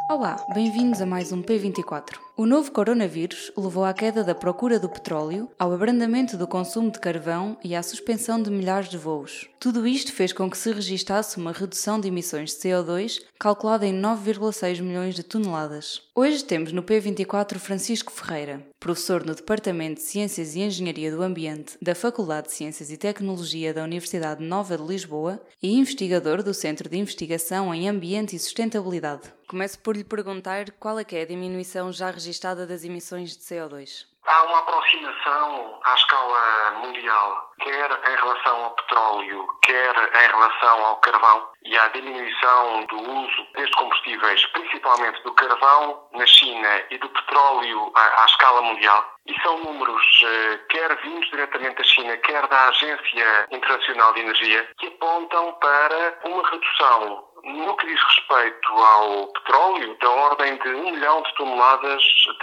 Olá, bem-vindos a mais um P24. O novo coronavírus levou à queda da procura do petróleo, ao abrandamento do consumo de carvão e à suspensão de milhares de voos. Tudo isto fez com que se registasse uma redução de emissões de CO2 calculada em 9,6 milhões de toneladas. Hoje temos no P24 Francisco Ferreira, professor no Departamento de Ciências e Engenharia do Ambiente da Faculdade de Ciências e Tecnologia da Universidade Nova de Lisboa e investigador do Centro de Investigação em Ambiente e Sustentabilidade. Começo por lhe perguntar qual é que é a diminuição já registada das emissões de CO2. Há uma aproximação à escala mundial, quer em relação ao petróleo, quer em relação ao carvão, e à diminuição do uso destes combustíveis, principalmente do carvão na China e do petróleo à escala mundial. E são números, quer vindos diretamente da China, quer da Agência Internacional de Energia, que apontam para uma redução no que diz respeito ao petróleo, da ordem de 1 milhão de toneladas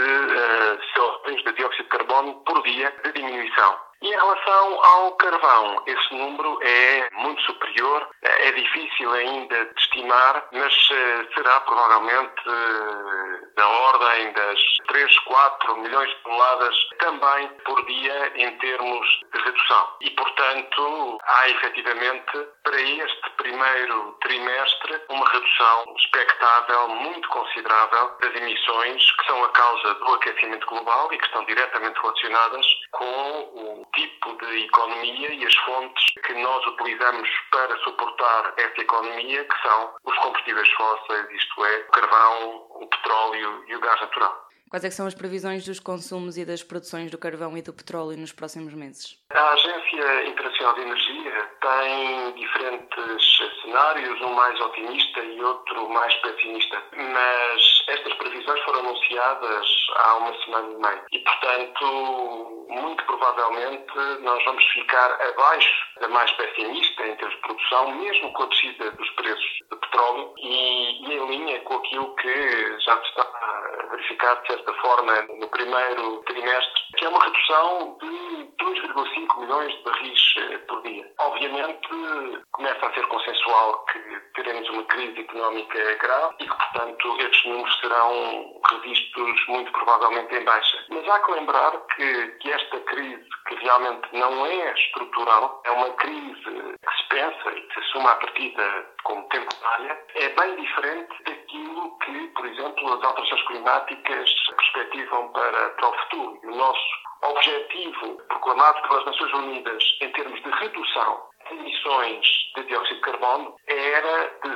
de CO2, de dióxido de carbono, por dia de diminuição. E em relação ao carvão, esse número é muito superior, é difícil ainda de estimar, mas será provavelmente da ordem das 3, 4 milhões de toneladas também por dia em termos de redução. E, portanto, há efetivamente para este primeiro trimestre uma redução expectável muito considerável das emissões que são a causa do aquecimento global e que estão diretamente relacionadas com o tipo de economia e as fontes que nós utilizamos para suportar essa economia, que são os combustíveis fósseis, isto é, o carvão, o petróleo e o gás natural. Quais é que são as previsões dos consumos e das produções do carvão e do petróleo nos próximos meses? A Agência Internacional de Energia tem diferentes cenários, um mais otimista e outro mais pessimista, mas estas previsões foram anunciadas há uma semana e meia e, portanto, muito provavelmente nós vamos ficar abaixo da mais pessimista em termos de produção, mesmo com a descida dos preços do petróleo e em linha com aquilo que já se está a verificar de certa forma no primeiro trimestre, que é uma redução de 2,5 milhões de barris por dia. Obviamente, começa a ser consensual que teremos uma crise económica grave e que, portanto, estes números serão revistos muito provavelmente em baixa. Mas há que lembrar que esta crise, que realmente não é estrutural, é uma crise que se pensa e que se assume à partida como temporária, é bem diferente daquilo que, por exemplo, as alterações climáticas perspectivam para o futuro. O nosso objetivo, proclamado pelas Nações Unidas em termos de redução de emissões de dióxido de carbono, era de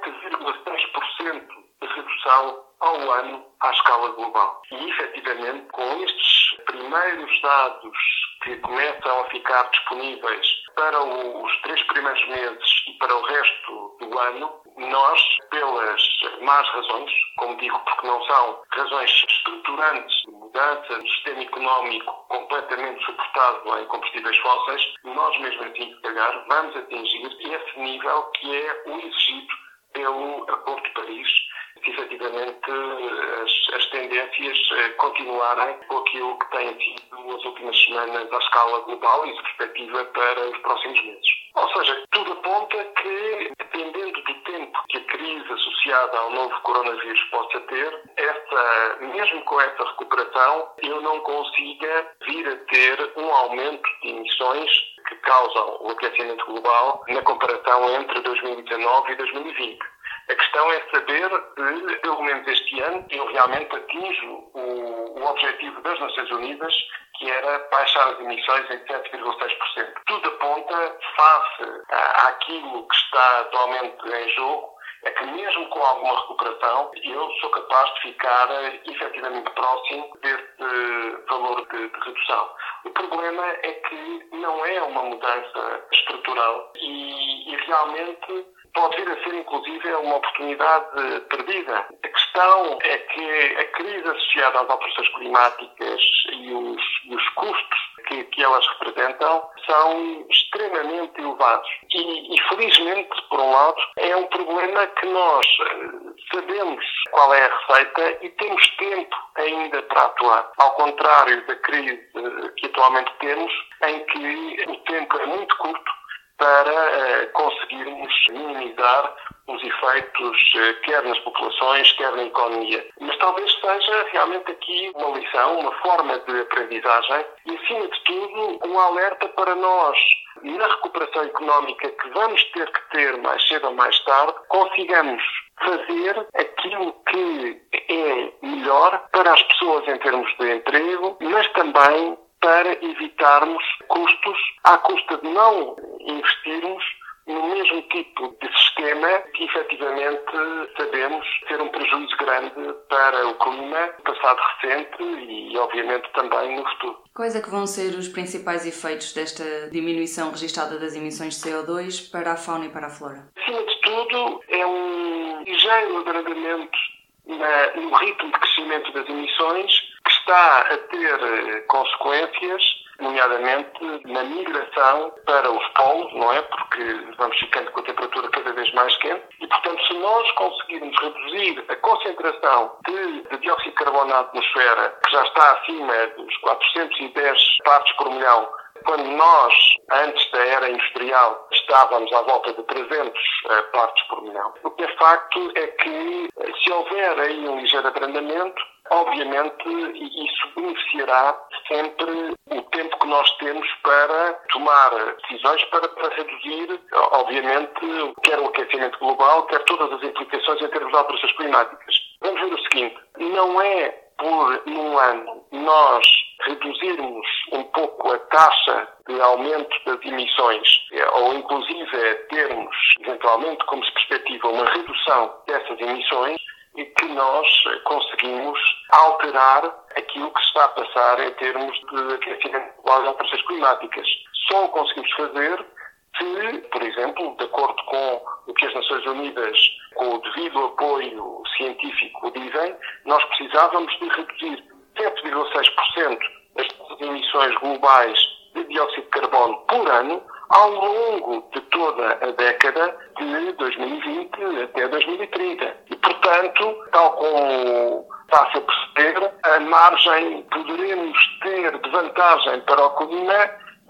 7,6% de redução ao ano à escala global. E, efetivamente, com estes primeiros dados que começam a ficar disponíveis para os 3 primeiros meses e para o resto do ano, nós, pelas más razões, como digo, porque não são razões estruturantes de mudança do sistema económico completamente suportado em combustíveis fósseis, nós mesmo assim, se calhar, vamos atingir esse nível que é o exigido pelo Acordo de Paris, se efetivamente as tendências continuarem com aquilo que tem sido nas últimas semanas à escala global e de perspectiva para os próximos meses. Ou seja, tudo aponta que, dependendo do tempo que a crise associada ao novo coronavírus possa ter, mesmo com essa recuperação, eu não consiga vir a ter um aumento de emissões que causam o aquecimento global na comparação entre 2019 e 2020. A questão é saber se, pelo menos este ano, eu realmente atinjo o objetivo das Nações Unidas, que era baixar as emissões em 7,6%. Tudo aponta, face àquilo que está atualmente em jogo, é que mesmo com alguma recuperação, eu sou capaz de ficar efetivamente próximo desse valor de redução. O problema é que não é uma mudança estrutural e realmente pode vir a ser, inclusive, uma oportunidade perdida. A questão é que a crise associada às alterações climáticas e os custos que elas representam são extremamente elevados. E, felizmente, por um lado, é um problema que nós sabemos qual é a receita e temos tempo ainda para atuar. Ao contrário da crise que atualmente temos, em que o tempo é muito curto para conseguirmos minimizar os efeitos quer nas populações, quer na economia. Mas talvez seja realmente aqui uma lição, uma forma de aprendizagem e, acima de tudo, um alerta para nós, na recuperação económica que vamos ter que ter mais cedo ou mais tarde, consigamos fazer aquilo que é melhor para as pessoas em termos de emprego, mas também para evitarmos custos à custa de não investirmos no mesmo tipo de sistema que efetivamente sabemos ter um prejuízo grande para o clima, passado recente e obviamente também no futuro. Quais é que vão ser os principais efeitos desta diminuição registada das emissões de CO2 para a fauna e para a flora? Acima de tudo, é um ligeiro abrandamento no ritmo de crescimento das emissões que está a ter consequências, nomeadamente na migração para os polos, não é? Porque vamos ficando com a temperatura cada vez mais quente e, portanto, se nós conseguirmos reduzir a concentração de dióxido de carbono na atmosfera, que já está acima dos 410 partes por milhão, quando nós, antes da era industrial, estávamos à volta de 300 partes por milhão. O que é facto é que, se houver aí um ligeiro abrandamento, obviamente isso beneficiará sempre o tempo que nós temos para tomar decisões para reduzir, obviamente, quer o aquecimento global, quer todas as implicações em termos de alterações climáticas. Vamos ver o seguinte, não é por num ano nós reduzirmos um pouco a taxa de aumento das emissões, ou inclusive termos, eventualmente, como se perspectiva, uma redução dessas emissões, e que nós conseguimos alterar aquilo que se está a passar em termos de aquecimento global e alterações climáticas. Só o conseguimos fazer se, por exemplo, de acordo com o que as Nações Unidas, com o devido apoio científico, dizem, nós precisávamos de reduzir 7,6% das emissões globais de dióxido de carbono por ano ao longo de toda a década de 2020 até 2030. E, portanto, tal como está-se a perceber, a margem que poderemos ter de vantagem para o clima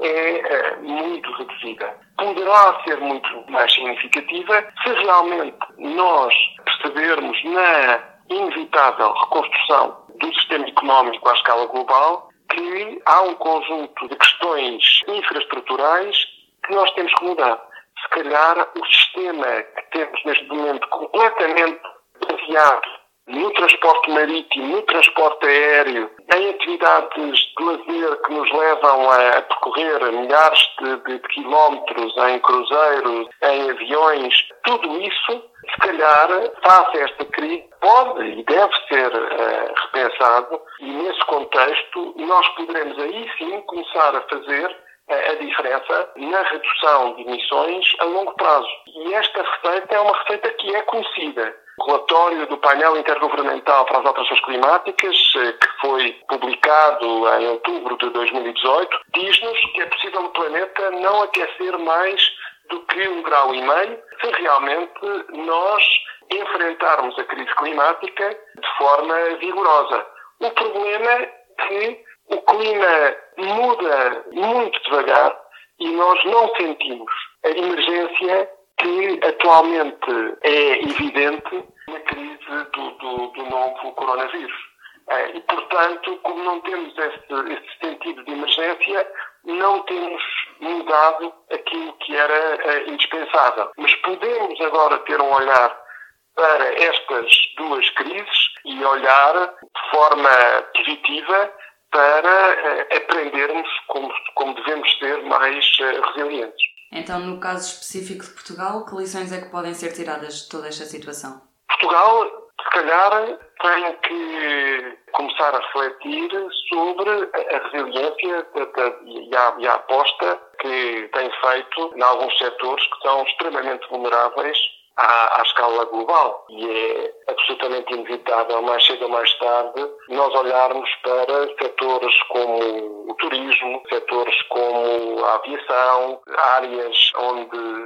é muito reduzida. Poderá ser muito mais significativa se realmente nós percebermos na inevitável reconstrução do sistema económico à escala global que há um conjunto de questões infraestruturais que nós temos que mudar. Se calhar o sistema que temos neste momento completamente baseado no transporte marítimo, no transporte aéreo, em atividades de lazer que nos levam a percorrer milhares de quilómetros em cruzeiros, em aviões, tudo isso, se calhar, face a esta crise, pode e deve ser repensado e, nesse contexto, nós poderemos aí sim começar a fazer a diferença na redução de emissões a longo prazo. E esta receita é uma receita que é conhecida. O relatório do painel intergovernamental para as alterações climáticas, que foi publicado em outubro de 2018, diz-nos que é possível o planeta não aquecer mais do que 1,5 graus se realmente nós enfrentarmos a crise climática de forma vigorosa. O problema é que o clima muda muito devagar e nós não sentimos a emergência que atualmente é evidente na crise do novo coronavírus. E, portanto, como não temos esse sentido de emergência, não temos mudado aquilo que era indispensável. Mas podemos agora ter um olhar para estas duas crises e olhar de forma positiva para aprendermos como devemos ser mais resilientes. Então, no caso específico de Portugal, que lições é que podem ser tiradas de toda esta situação? Portugal, se calhar, tem que começar a refletir sobre a resiliência e a aposta que tem feito em alguns setores que são extremamente vulneráveis à escala global. E é absolutamente inevitável, mais cedo ou mais tarde, nós olharmos para setores como o turismo, setores como a aviação, áreas onde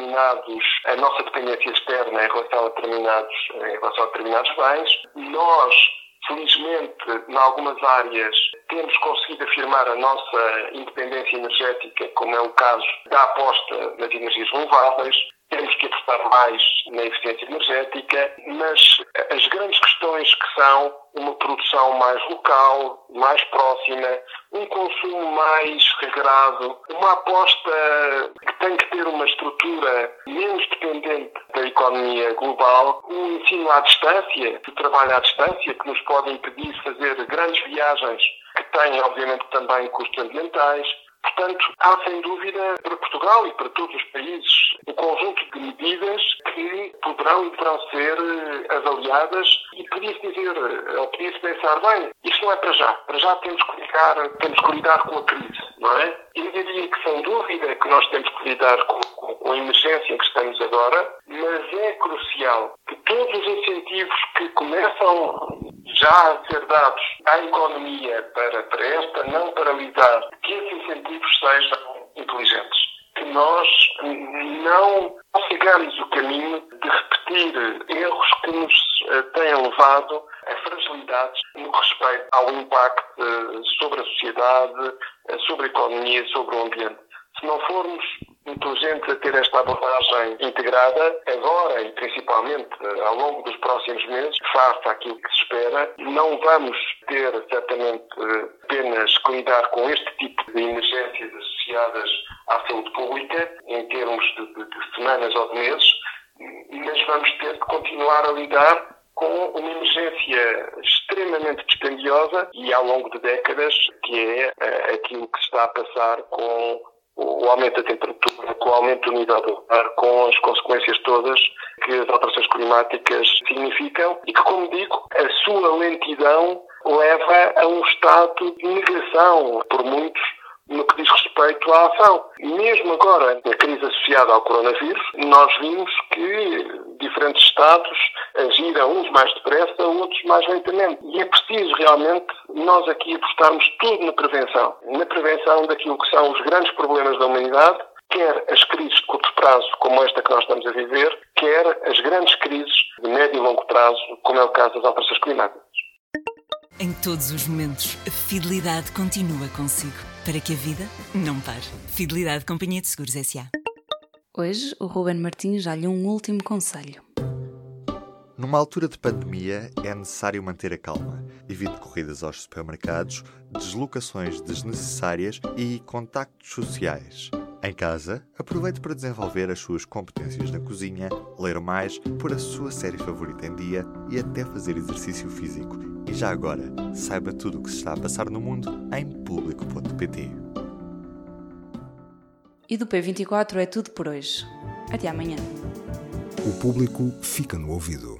a nossa dependência externa em relação a determinados bens. Nós, felizmente, em algumas áreas, temos conseguido afirmar a nossa independência energética, como é o caso da aposta nas energias renováveis. Temos que apostar mais na eficiência energética, mas as grandes questões que são uma produção mais local, mais próxima, um consumo mais regrado, uma aposta que tem que ter uma estrutura menos dependente da economia global, um ensino à distância, o trabalho à distância, que nos pode impedir de fazer grandes viagens, que têm, obviamente, também custos ambientais. Portanto, há sem dúvida para Portugal e para todos os países um conjunto de medidas que poderão e deverão ser avaliadas e podia-se dizer, ou podia-se pensar, bem, isto não é para já. Para já temos que lidar com a crise, não é? Eu diria que sem dúvida que nós temos que lidar com a emergência em que estamos agora, mas é crucial que todos os incentivos que começam já a ser dados à economia para esta não paralisar, que esses incentivos sejam inteligentes. Que nós não sigamos o caminho de repetir erros que nos têm levado a fragilidades no que respeita ao impacto sobre a sociedade, sobre a economia, sobre o ambiente. Se não formos inteligentes a ter esta abordagem integrada, agora e principalmente ao longo dos próximos meses, face àquilo que se espera, não vamos ter certamente apenas que lidar com este tipo de emergências associadas à saúde pública, em termos de semanas ou de meses, mas vamos ter que continuar a lidar com uma emergência extremamente dispendiosa e ao longo de décadas, que é aquilo que se está a passar com o aumento da temperatura, com o aumento do nível do mar, com as consequências todas que as alterações climáticas significam e que, como digo, a sua lentidão leva a um estado de negação por muitos no que diz respeito à ação. Mesmo agora, na crise associada ao coronavírus, nós vimos que diferentes Estados agiram uns mais depressa, outros mais lentamente. E é preciso realmente nós aqui apostarmos tudo na prevenção daquilo que são os grandes problemas da humanidade, quer as crises de curto prazo, como esta que nós estamos a viver, quer as grandes crises de médio e longo prazo, como é o caso das alterações climáticas. Em todos os momentos, a fidelidade continua consigo, para que a vida não pare. Fidelidade Companhia de Seguros S.A. Hoje, o Ruben Martins dá-lhe um último conselho. Numa altura de pandemia, é necessário manter a calma. Evite corridas aos supermercados, deslocações desnecessárias e contactos sociais. Em casa, aproveite para desenvolver as suas competências na cozinha, ler mais, pôr a sua série favorita em dia e até fazer exercício físico. E já agora, saiba tudo o que se está a passar no mundo em público.pt. E do P24 é tudo por hoje. Até amanhã. O Público fica no ouvido.